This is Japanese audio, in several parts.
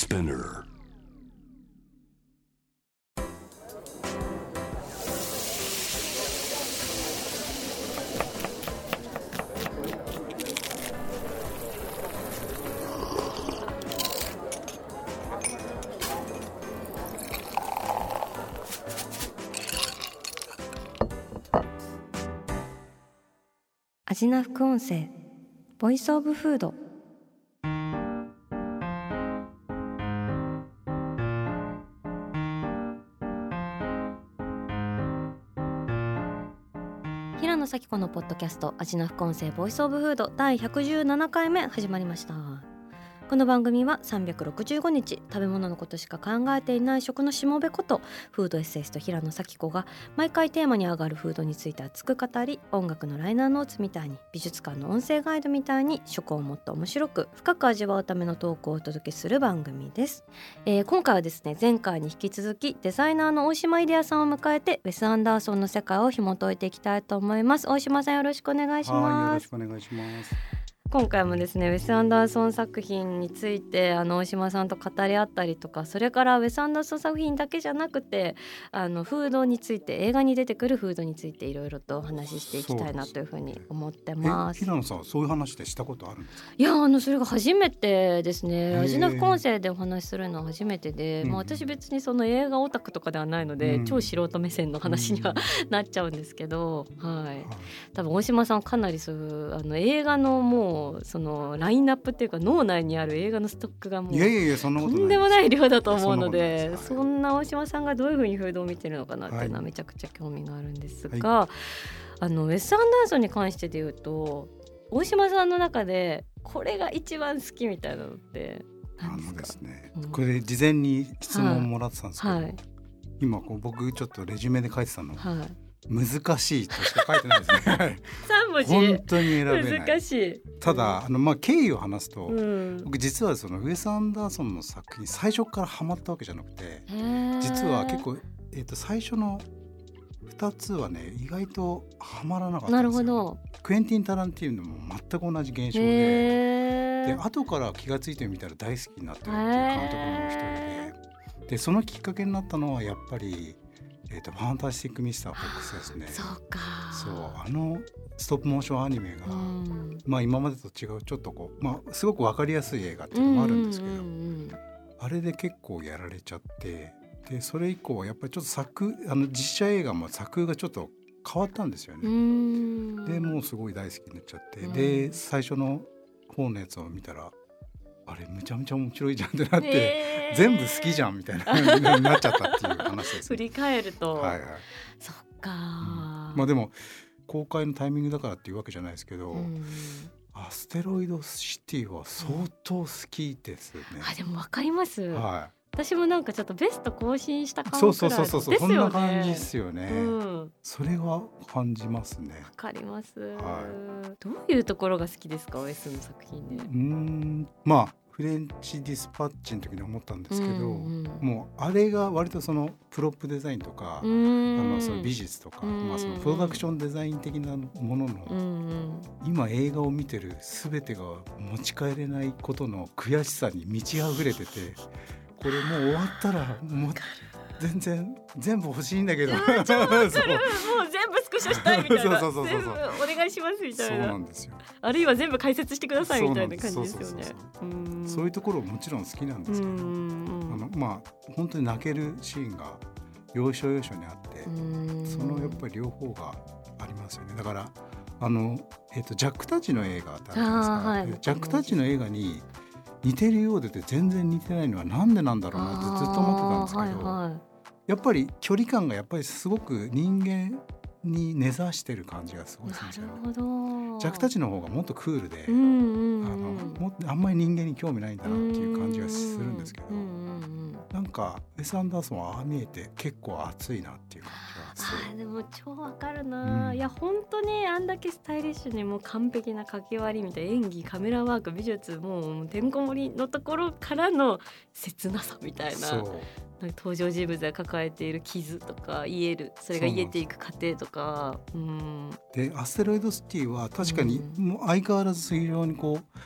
Spinner. アジナ副音声ボイスオブフード。平野咲子のポッドキャストアジナ副音声ボイスオブフード第117回目始まりました。この番組は365日食べ物のことしか考えていない食のしもべことフードエッセイスト平野咲子が毎回テーマに上がるフードについて熱く語り、音楽のライナーノーツみたいに美術館の音声ガイドみたいに食をもっと面白く深く味わうためのトークをお届けする番組です。今回はですね、前回に引き続きデザイナーの大島イデアさんを迎えてウェス・アンダーソンの世界を紐解いていきたいと思います。大島さん、よろしくお願いします。 よろしくお願いします。 今回もですねウェス・アンダーソン作品について大島さんと語り合ったりとか、それからウェス・アンダーソン作品だけじゃなくてフードについて、映画に出てくるフードについていろいろとお話ししていきたいなというふうに思ってます。 平野さんはそういう話でしたことあるんですか？ いやそれが初めてですね。アジナ副音声でお話しするのは初めてで、私別にその映画オタクとかではないので、超素人目線の話には、なっちゃうんですけど、多分大島さんかなりそういう映画のもうそのラインナップっていうか脳内にある映画のストックがもうそんなことないとんでもない量だと思うので、 そそんな大島さんがどういうふうにフードを見てるのかなっていうのはめちゃくちゃ興味があるんですが、ウェス・アンダーソンに関してで言うと大島さんの中でこれが一番好きみたいなのって何ですか？ ですね、これ事前に質問をもらってたんですけど、今僕ちょっとレジュメで書いてたの、難しいとしか書いてないですね 3文字本当に選べない。 難しい。 ただ経緯を話すと、僕実はそのウェス・アンダーソンの作品最初からハマったわけじゃなくて、実は結構、最初の2つはね意外とハマらなかったんですよ。なるほど。クエンティン・タランティーノも全く同じ現象で、後から気がついてみたら大好きになってるっていう監督の一人で、そのきっかけになったのはやっぱりファンタスティック・ミスター・フォックスですね。 そうか。 そうストップモーションアニメが、今までと違うちょっとすごく分かりやすい映画っていうのもあるんですけど、あれで結構やられちゃって、でそれ以降はやっぱりちょっと実写映画も作風がちょっと変わったんですよね。でもうすごい大好きになっちゃって、で最初の方のやつを見たらあれむちゃむちゃ面白いじゃんってなって、全部好きじゃんみたいな感じになっちゃったっていう話です、 振り返ると、そっか、 でも公開のタイミングだからっていうわけじゃないですけど、アステロイドシティは相当好きですね。 でも分かります、私もなんかちょっとベスト更新した感くらいですよね。 そんな感じですよね、それは感じますね。 わかります、どういうところが好きですか、ウェスの作品で？ フレンチディスパッチの時に思ったんですけど、もうあれが割とそのプロップデザインとか、その美術とか、そのプロダクションデザイン的なものの、今映画を見てる全てが持ち帰れないことの悔しさに満ち溢れてて、これもう終わったらもう全部欲しいんだけどもう全部スクショしたいみたいな全部お願いしますみたいな。そうなんですよ。あるいは全部解説してくださいみたいな感じですよね。そういうところもちろん好きなんですけど、本当に泣けるシーンが要所要所にあって、そのやっぱり両方がありますよね。だからジャック・タッチの映画ってあるじゃないですか。ジャック・タッチの映画に似てるようで全然似てないのはなんでなんだろうなってずっと思ってたんですけど、やっぱり距離感がやっぱりすごく人間に根ざしてる感じがすごいするんですよ。ジャックたちの方がもっとクールで、あんまり人間に興味ないんだなっていう感じがするんですけど、なんかウェス・アンダーソンはああ見えて結構熱いなっていう感じがする。 でも超わかるな、いや本当にあんだけスタイリッシュにもう完璧な掛け割りみたいな演技、カメラワーク、美術、もうてんこ盛りのところからの切なさみたいな、登場人物が抱えている傷とか癒える、それが癒えていく過程とか、 でアステロイドシティは確かにもう相変わらず非常に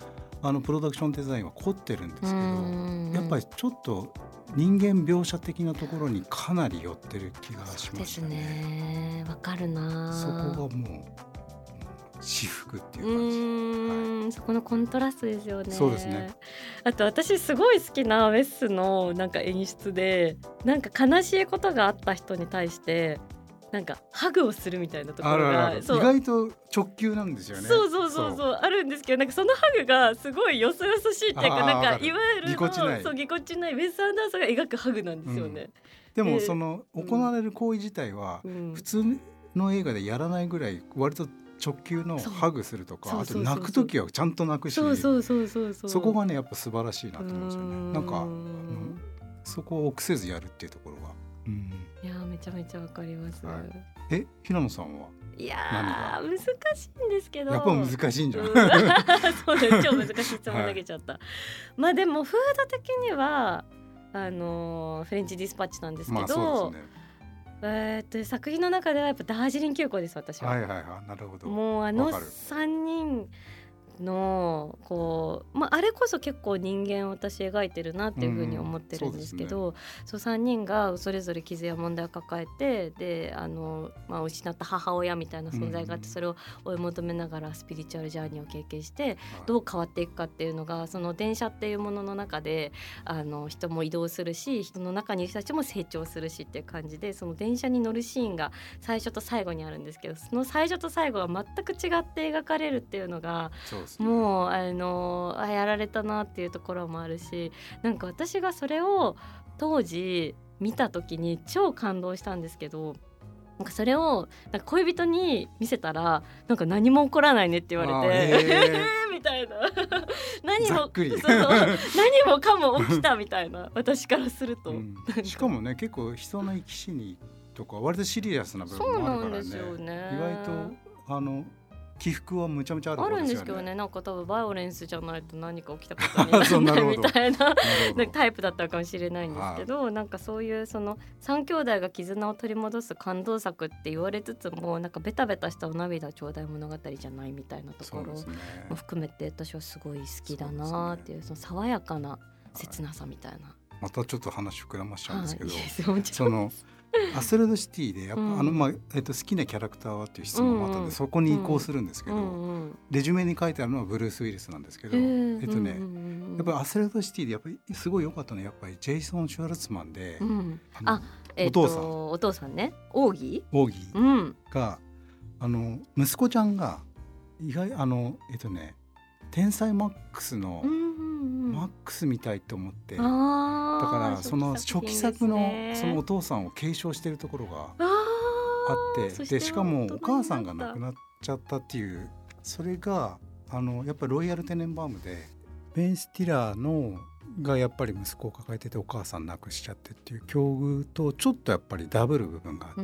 プロダクションデザインは凝ってるんですけど、やっぱりちょっと人間描写的なところにかなり寄ってる気がしましたね。そうですね、わかるな。 そこがもう私服っていう感じ、 そこのコントラストですよね。 そうですね。 あと私すごい好きなウェッスのなんか演出で、なんか悲しいことがあった人に対してなんかハグをするみたいなところが意外と直球なんですよね。 そうあるんですけど、なんかそのハグがすごいよそよそしいっていうか、なんかいわゆるぎこちないウェス・アンダーソンが描くハグなんですよね。 でもその行われる行為自体は普通の映画でやらないぐらい割と直球のハグするとか、あと泣くときはちゃんと泣くし、そこがねやっぱ素晴らしいなと思うんですよね。なんかそこを臆せずやるっていうところが、 いやめちゃめちゃわかります、 平野さんは？いや難しいんですけど、 やっぱ難しいんじゃないそうです、超難しい質問投げちゃった、まあでもフード的にはフレンチディスパッチなんですけど、そうですね、作品の中ではやっぱダージリン急行です、私は。 なるほど。 もう3人のこう、あれこそ結構人間を私描いてるなっていうふうに思ってるんですけど、そう3人がそれぞれ傷や問題を抱えて、で失った母親みたいな存在があって、それを追い求めながらスピリチュアルジャーニーを経験してどう変わっていくかっていうのが、その電車っていうものの中で人も移動するし、人の中にいる人たちも成長するしっていう感じで、その電車に乗るシーンが最初と最後にあるんですけど、その最初と最後が全く違って描かれるっていうのがもうやられたなっていうところもあるし、なんか私がそれを当時見た時に超感動したんですけど、なんかそれをなんか恋人に見せたらなんか何も起こらないねって言われてみたいな何もかも起きたみたいな私からすると、 しかもね結構人の生き死にとか割とシリアスな部分もあるからね。 そうなんですよね。 意外と起伏はむちゃむちゃあるんですよね。 あるんですけどね、なんか多分バイオレンスじゃないと何か起きたことにならないみたいなタイプだったかもしれないんですけど、なんかそういうその3兄弟が絆を取り戻す感動作って言われつつも、なんかベタベタしたお涙ちょうだい物語じゃないみたいなところも含めて私はすごい好きだなっていう、その爽やかな切なさみたいな。 またちょっと話膨らましちゃうんですけど、そのアスレードシティでやっぱ、好きなキャラクターはっていう質問もあったんで、そこに移行するんですけど、レジュメに書いてあるのはブルース・ウィリスなんですけど、やっぱりアスレードシティでやっぱりすごい良かったのはやっぱりジェイソン・シュワルツマンで、お父さんね、オーギーが、息子ちゃんが意外天才マックスのマックスみたいと思って、だからその初期作のそのお父さんを継承しているところがあって、でしかもお母さんが亡くなっちゃったっていう、それがやっぱりロイヤルテネンバームでベン・スティラーのがやっぱり息子を抱えててお母さん亡くしちゃってっていう境遇とちょっとやっぱりダブる部分があって、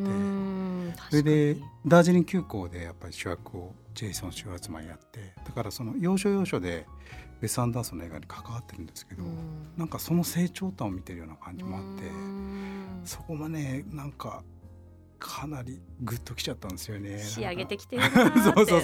それでダージリン急行でやっぱり主役をジェイソン・シュワルツマンやって、だからその要所要所でウェス・アンダーソンの映画に関わってるんですけど、なんかその成長感を見てるような感じもあって、そこもねなんかかなりグッときちゃったんですよね。 仕上げてきてるなーってそう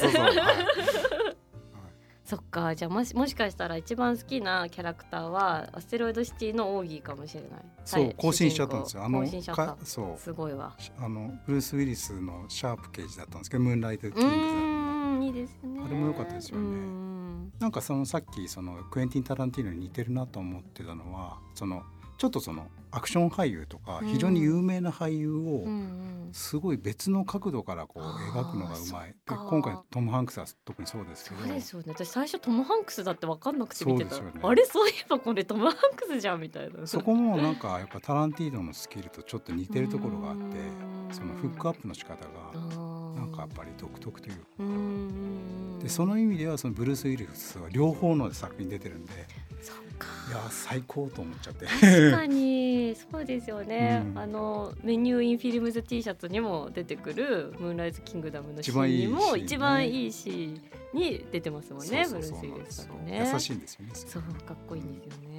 そっか、じゃあもしかしたら一番好きなキャラクターはアステロイドシティのオーギーかもしれない。 そう更新しちゃったんですよ。 更新しちゃった。 そうすごいわ。 ブルース・ウィリスのシャープ刑事だったんですけど、ムーンライト・キングズいいですね。 あれも良かったですよね。なんかそのさっきそのクエンティン・タランティーノに似てるなと思ってたのは、そのちょっとそのアクション俳優とか非常に有名な俳優をすごい別の角度からこう描くのがうまい。で今回トム・ハンクスは特にそうですけど。 そうですよね。私最初トム・ハンクスだって分かんなくて見てた。あれそういえばこれトム・ハンクスじゃんみたいな。 そこもなんかやっぱタランティーノのスキルとちょっと似てるところがあって、そのフックアップの仕方がなんかやっぱり独特というか。でその意味ではそのブルース・ウィリスは両方の作品出てるんで、いや最高と思っちゃって。 確かにそうですよね。メニューインフィルムズ T シャツにも出てくるムーンライズ・キングダムのシーンにも一番いいシーンに出てますもんね。ブルース・ウィリスさんのね。 優しいんですよね。 そうかっこいいんですよね。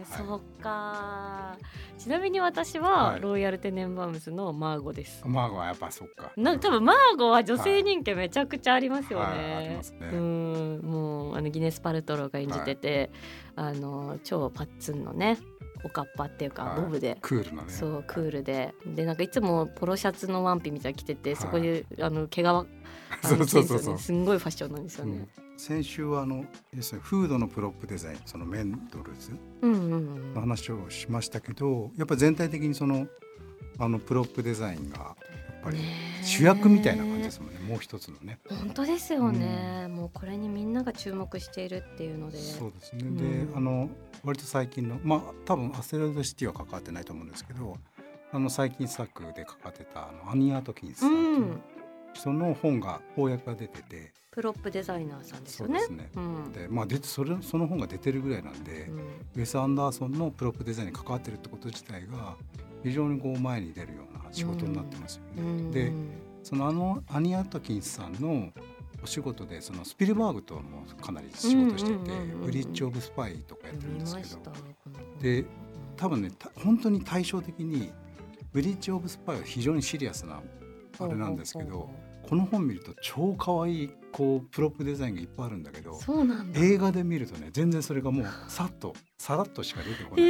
そうか。ちなみに私はロイヤルテネンバウムスのマーゴです。 マーゴはやっぱそっか。 多分マーゴは女性人気めちゃくちゃありますよね。 ありますね。 もうギネス・パルトローが演じてて、超パッツンのねおかっぱっていうかボブで、 クールなね。 そうクールでなんかいつもポロシャツのワンピみたいに着てて、そこで毛皮そうすんごいファッションなんですよね。 先週は要するにフードのプロップデザイン、そのメンドルズの話をしましたけど、やっぱり全体的にそのプロップデザインがやっぱり主役みたいな感じですもんね。もう一つのね。 本当ですよね、もうこれにみんなが注目しているっていうので。 そうですね。で割と最近の多分アステロイドシティは関わってないと思うんですけど、最近作で関わってたアニー・アトキンスさんっていう人の本が翻訳が出てて、 プロップデザイナーさんですよね。 そうですね。でその本が出てるぐらいなんで、ウェス・アンダーソンのプロップデザインに関わってるってこと自体が非常に前に出るような仕事になってますよね。でそのアニー・アトキンスさんのお仕事でそのスピルバーグともかなり仕事してて、ブリッジ・オブ・スパイとかやってるんですけど、で多分ね本当に対照的にブリッジ・オブ・スパイは非常にシリアスなあれなんですけど、この本見ると超かわいいプロップデザインがいっぱいあるんだけど、 そうなんだ。 映画で見るとね全然それがもうさらっとしか出てこない。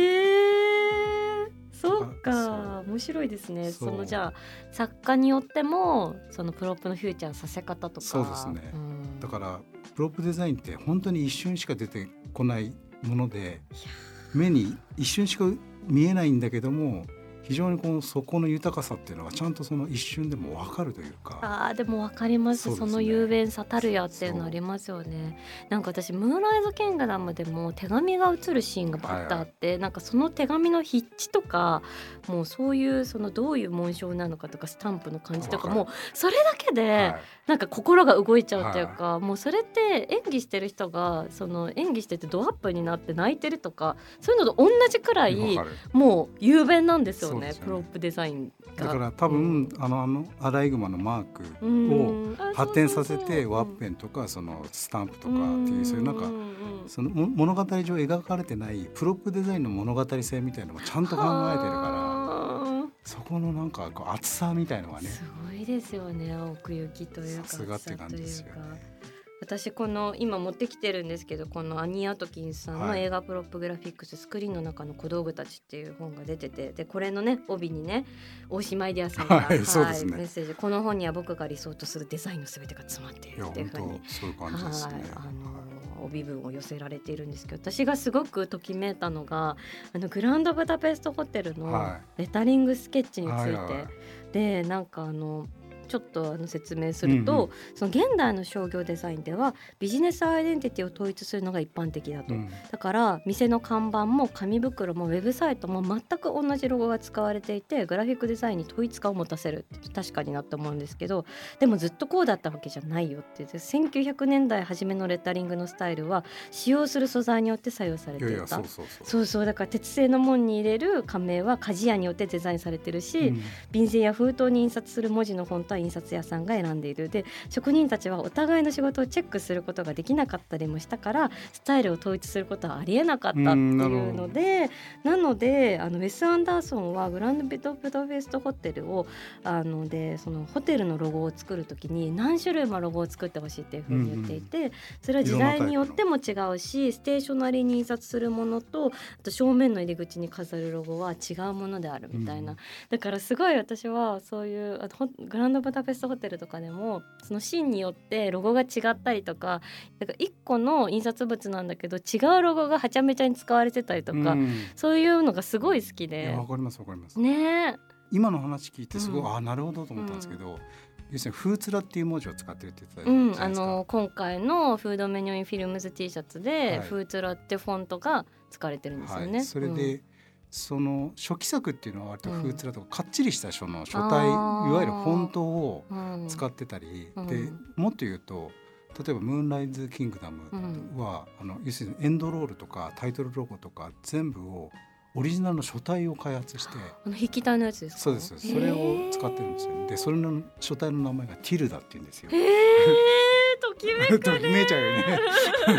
そうか、面白いですね。じゃあ作家によってもそのプロップのフューチャーさせ方とか。 そうですね、だからプロップデザインって本当に一瞬しか出てこないもので、目に一瞬しか見えないんだけども、非常にそこの豊かさっていうのがちゃんとその一瞬でも分かるというか。でも分かります。その雄弁さたるやっていうのありますよね。なんか私ムーンライズキングダムでも手紙が映るシーンがバッとあって、なんかその手紙の筆致とかもうそういうどういう紋章なのかとかスタンプの感じとかもそれだけでなんか心が動いちゃうっていうか、もうそれって演技してる人が演技しててドアップになって泣いてるとかそういうのと同じくらいもう雄弁なんですよね。プロップデザインがだから多分、アライグマのマークを発展させてワッペンとかそのスタンプとかっていう、そういうなんかその物語上描かれてないプロップデザインの物語性みたいなのもちゃんと考えてるから、そこのなんか厚さみたいのがねすごいですよね。奥行きというかさすがって感じですよね。 私今持ってきてるんですけど、このアニー・アトキンスさんの映画プロップグラフィックス、スクリーンの中の小道具たちっていう本が出てて、でこれのね帯にね大島アイデアさんが、 そうですね、 メッセージ、この本には僕が理想とするデザインのすべてが詰まっているっていうふうにそういう感じですね。 帯文を寄せられているんですけど、私がすごくときめいたのがグランドブダペストホテルのレタリングスケッチについて、でなんかちょっと説明すると、その現代の商業デザインではビジネスアイデンティティを統一するのが一般的だと、だから店の看板も紙袋もウェブサイトも全く同じロゴが使われていて、グラフィックデザインに統一感を持たせるって確かになって思うんですけど、でもずっとこうだったわけじゃないよって。1900年代初めのレタリングのスタイルは使用する素材によって採用されていた。そうだから鉄製の門に入れる仮名は鍛冶屋によってデザインされてるし、便箋や封筒に印刷する文字のフォントは印刷屋さんが選んでいる。で職人たちはお互いの仕事をチェックすることができなかったりもしたから、スタイルを統一することはありえなかったっていうので、なのでウェス・アンダーソンはグランドブダペストホテルをでそのホテルのロゴを作るときに何種類もロゴを作ってほしいっていうふうに言っていて、それは時代によっても違うし、ステーショナリーに印刷するものとあと正面の入り口に飾るロゴは違うものであるみたいな、だからすごい私はそういうグランドブダペストホテルとかでもそのシーンによってロゴが違ったりとか、だから1個の印刷物なんだけど違うロゴがはちゃめちゃに使われてたりとか、そういうのがすごい好きで。 わかりますわかりますね。 今の話聞いてすごい、なるほどと思ったんですけど、要するにフーツラっていう文字を使ってるって言ってたじゃないですか。 今回のフードメニューインフィルムズ T シャツで、フーツラってフォントが使われてるんですよね。 それで、その初期作っていうのは割とフーツラとかかっちりした書体、いわゆるフォントを使ってたり、でもっと言うと例えばムーンライズキングダムは、要するにエンドロールとかタイトルロゴとか全部をオリジナルの書体を開発して、 筆記体のやつですか？ そうです。それを使ってるんですよ。でそれの書体の名前がティルダって言うんですよ。 ときめくね。 ときめいちゃうよね。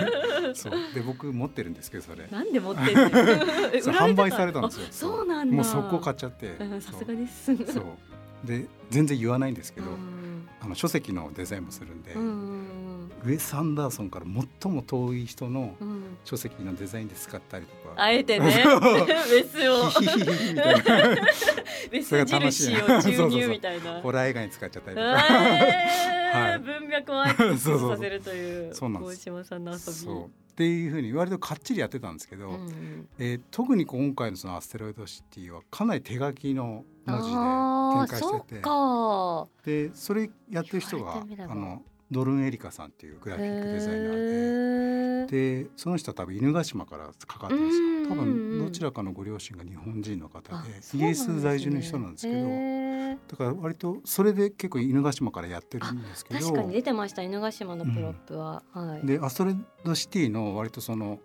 そうで僕持ってるんですけどそれなんで持ってんの販売されたんですよ。 そうなんだ。 もう速攻買っちゃって、 さすがです。 そうで全然言わないんですけど、書籍のデザインもするんで、ウェス・アンダーソンから最も遠い人の書籍のデザインで使ったりとか、 あえてねベスをベス印を注入みたいなホラー映画に使っちゃったりとか、 文脈をあえてさせるという大島さんの遊びっていうふうに割とかっちりやってたんですけど、特に今回のそのアステロイドシティはかなり手書きの文字で展開してて、でそれやってる人がドルン・エリカさんっていうグラフィックデザイナーで、その人は多分犬ヶ島からかかってるんですよ。多分どちらかのご両親が日本人の方でイギリス在住の人なんですけど、だから割とそれで結構犬ヶ島からやってるんですけど、 確かに出てました犬ヶ島のプロップは、 でアストレッドシティの割とその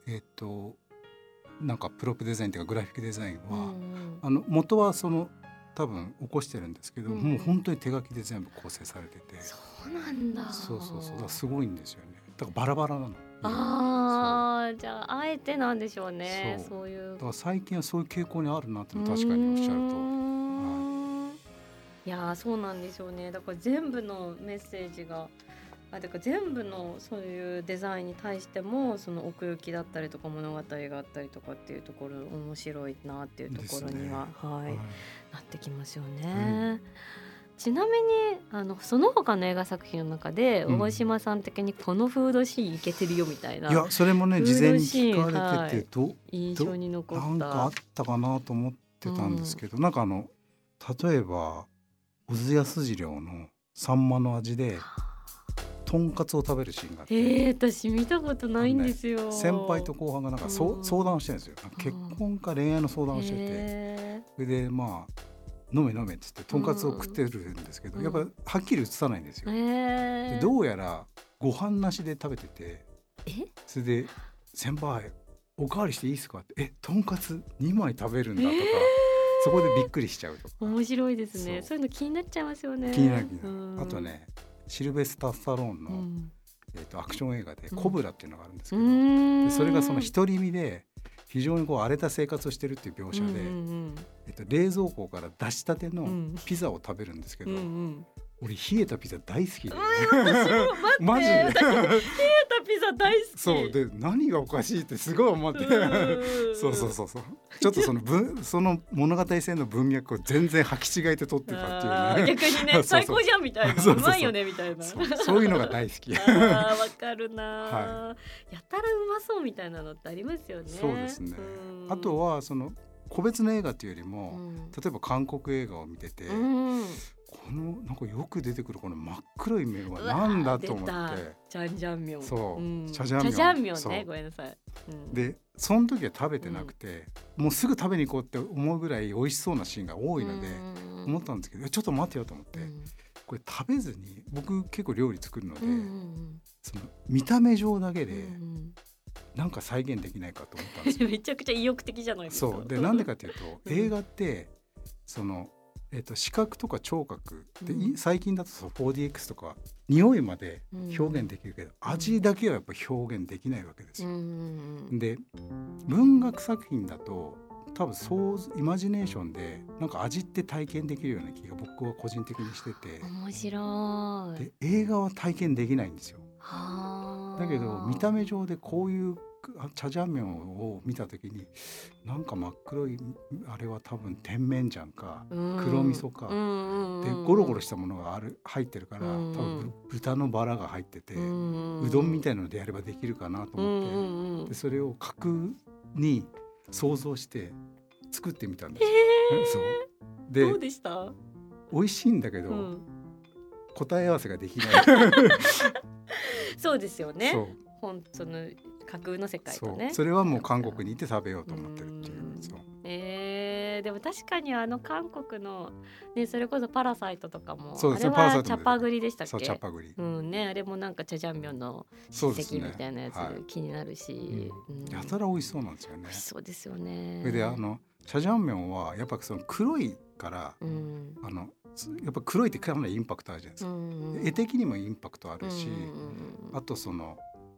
なんかプロップデザインというかグラフィックデザインは、元はその多分起こしてるんですけど、もう本当に手書きで全部構成されてて、 そうなんだ。 そうだからすごいんですよね。だからバラバラなの。 じゃああえてなんでしょうね。そういうだから最近はそういう傾向にあるなって確かにおっしゃると、 いやそうなんですよね。だから全部のメッセージがだから全部のそういうデザインに対してもその奥行きだったりとか物語があったりとかっていうところ面白いなっていうところには、なってきますよね。ちなみにその他の映画作品の中で大島さん的にこのフードシーンいけてるよみたいな、 いやそれもね事前に聞かれてて、 印象に残ったなんかあったかなと思ってたんですけど、なんか例えば小津安二郎のサンマの味でとんかつを食べるシーンがあって、 私見たことないんですよ。 先輩と後輩がなんか相談をしてるんですよ。結婚か恋愛の相談をしてて、それでまあ飲めって言ってとんかつを食ってるんですけど、やっぱはっきり映さないんですよ。でどうやらご飯なしで食べてて、それで先輩おかわりしていいですかってとんかつ2枚食べるんだとか、そこでびっくりしちゃうとか。 面白いですね。そういうの気になっちゃいますよね。 気になる。あとねシルベスター・スタローンの、アクション映画でコブラっていうのがあるんですけど、でそれがその独り身で非常に荒れた生活をしてるっていう描写で、冷蔵庫から出したてのピザを食べるんですけど、俺冷えたピザ大好きで、マジで冷えたピザ大好き。 そうで何がおかしいってすごい思ってそうちょっとその物語性の文脈を全然履き違えて撮ってたっていうね。 逆にね最高じゃんみたいな、うまいよねみたいな、 そういうのが大好き。 わかるな、やたらうまそうみたいなのってありますよね。 そうですね。あとはその個別の映画っていうよりも、例えば韓国映画を見てて、このなんかよく出てくるこの真っ黒い麺はなんだと思って、 チャジャンミョン、 チャジャンミョンね、ごめんなさい。 でその時は食べてなくて、もうすぐ食べに行こうって思うぐらい美味しそうなシーンが多いので思ったんですけど、ちょっと待ってよと思って、これ食べずに僕結構料理作るので、その見た目上だけでなんか再現できないかと思ったんですよ。 めちゃくちゃ意欲的じゃないですか。 そうでなんでかというと映画ってその視覚とか聴覚で、最近だと 4DX とか匂いまで表現できるけど、味だけはやっぱ表現できないわけですよ。で文学作品だと多分イマジネーションでなんか味って体験できるような気が僕は個人的にしてて、 面白い。 で映画は体験できないんですよ。だけど見た目上でこういうチャジャンミョンを見た時になんか真っ黒いあれは多分甜麺醤か黒味噌かでゴロゴロしたものが入ってるから、多分豚のバラが入ってて、うどんみたいなのでやればできるかなと思って、でそれを架空に想像して作ってみたんですよ。そうでどうでした？ 美味しいんだけど、答え合わせができないそうですよね。その架空の世界とね。 それはもう韓国に行って食べようと思ってるっていう。 でも確かに韓国の、ね、それこそパラサイトとかも、 そうですね、 あれはチャパグリでしたっけ？ そうチャパグリ、 ね、あれもなんかチャジャンミョンの親戚みたいなやつ、気になるし、 やたら美味しそうなんですよね。 美味しそうですよね。 それでチャジャンミョンはやっぱその黒いから、やっぱ黒いってかなりインパクトあるじゃないですか。絵的にもインパクトあるし、あとその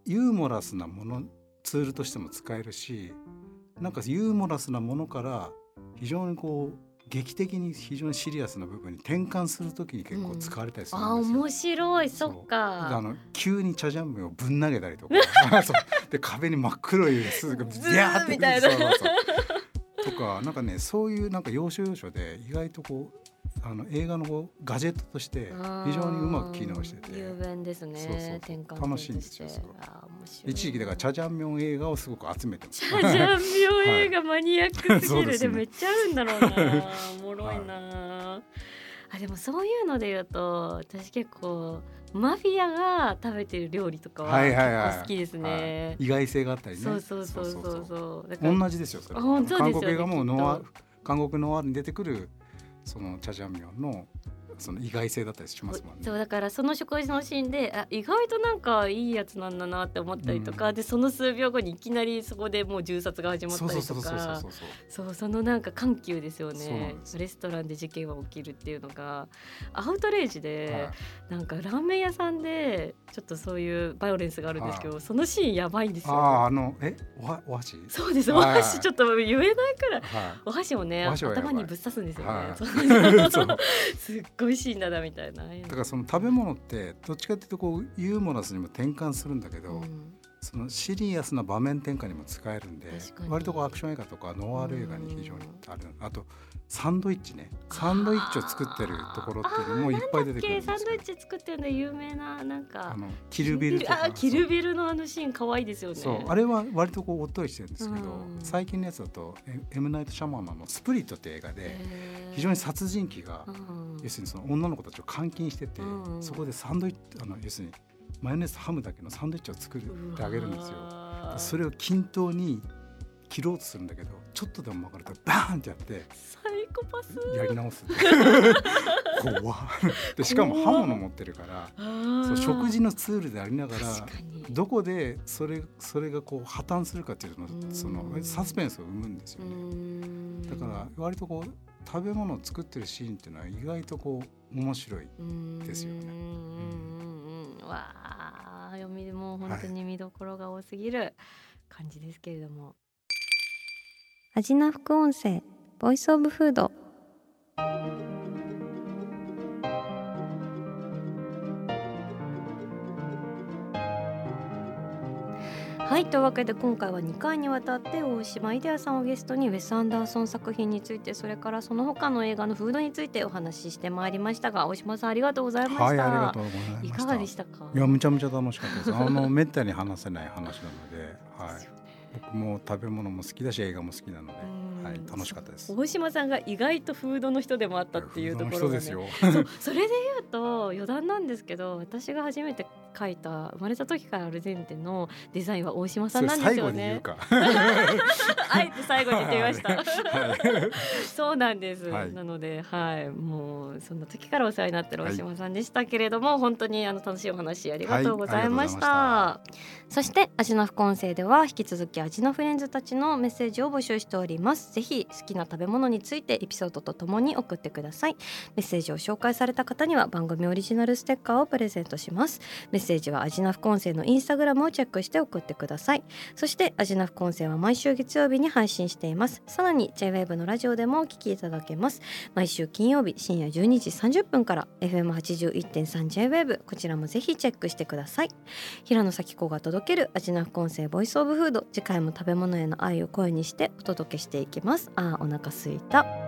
ユーモラスなものツールとしても使えるし、なんかユーモラスなものから非常にこう劇的に非常にシリアスな部分に転換するときに結構使われたりするんですよ、 面白い。そっか。 急にチャジャンメンをぶん投げたりとかそうで壁に真っ黒い鈴がビャーってみたいなとか、なんかね、そういうなんか要所要所で意外とこう映画のこうガジェットとして非常にうまく機能してて雄弁ですね。転換楽しいんですよ。すごい一時期だからチャジャンミョン映画をすごく集めてます。 チャジャンミョン映画マニアックすぎる、でめっちゃ合うんだろうなおもろいな、でもそういうので言うと私結構マフィアが食べてる料理とかは結構好きですね、 意外性があったりね。 そう同じですよそれ。 本当ですよね。 韓国映画も韓国ノワールに出てくるそのチャジャンミョンのその意外性だったりしますもんね。 そうだからその食事のシーンで意外となんかいいやつなんだなって思ったりとか、でその数秒後にいきなりそこでもう銃殺が始まったりとか、そのなんか緩急ですよね。レストランで事件が起きるっていうのがアウトレイジで、なんかラーメン屋さんでちょっとそういうバイオレンスがあるんですけど、そのシーンやばいんですよ。 お箸。 そうです、お箸ちょっと言えないくらい、お箸をね頭にぶっ刺すんですよね。すっごいシーンだみたいな。 だからその食べ物ってどっちかっていうとこうユーモラスにも転換するんだけど、そのシリアスな場面転換にも使えるんで、割とこうアクション映画とかノワール映画に非常にある。あとサンドイッチね、サンドイッチを作ってるところっていうのもいっぱい出てくるんですよ。 サンドイッチ作ってるの有名な、なんかキルビルとか。 キルビルのシーン可愛いですよね。 そう、あれは割とこうおっとりしてるんですけど、最近のやつだとエムナイト・シャマーマンのスプリットって映画で非常に殺人鬼が要するにその女の子たちを監禁してて、そこでサンドイッチ要するにマヨネーズとハムだけのサンドイッチを作ってあげるんですよ。それを均等に切ろうとするんだけど、ちょっとでも曲がるとバーンってやってサイコパスやり直す怖で、しかも刃物持ってるから、そう食事のツールでありながらどこでそれがこう破綻するかっていうの、そのサスペンスを生むんですよね。だから割とこう食べ物を作ってるシーンっていうのは意外とこう面白いですよね。 わあ、読みでも本当に見どころが多すぎる感じですけれども、アジナ副音声ボイスオブフード。はい、というわけで今回は2回にわたって大島イデアさんをゲストにウェス・アンダーソン作品について、それからその他の映画のフードについてお話ししてまいりましたが、大島さんありがとうございました。 はい、ありがとうございました。 いかがでしたか？ いや、むちゃむちゃ楽しかったですめったに話せない話なので、僕も食べ物も好きだし映画も好きなので、楽しかったです。 大島さんが意外とフードの人でもあったっていうところがね、それで言うと余談なんですけど、私が初めて描いた生まれた時からある前提のデザインは大島さんなんですよね。あえて最後に言ってみましたそうなんです、なので、もうそんな時からお世話になってる大島さんでしたけれども、本当に楽しいお話ありがとうございました。そしてアジナ副音声では引き続きアジナフレンズたちのメッセージを募集しております。ぜひ好きな食べ物についてエピソードとともに送ってください。メッセージを紹介された方には番組オリジナルステッカーをプレゼントします。メッセージはアジナ副音声のインスタグラムをチェックして送ってください。そしてアジナ副音声は毎週月曜日に配信しています。さらに J-WAVE のラジオでもお聞きいただけます。毎週金曜日深夜12時30分から FM81.3 J-WAVE、 こちらもぜひチェックしてください。平野咲子が届けるアジナ副音声ボイスオブフード、次回も食べ物への愛を声にしてお届けしていきます。お腹すいた。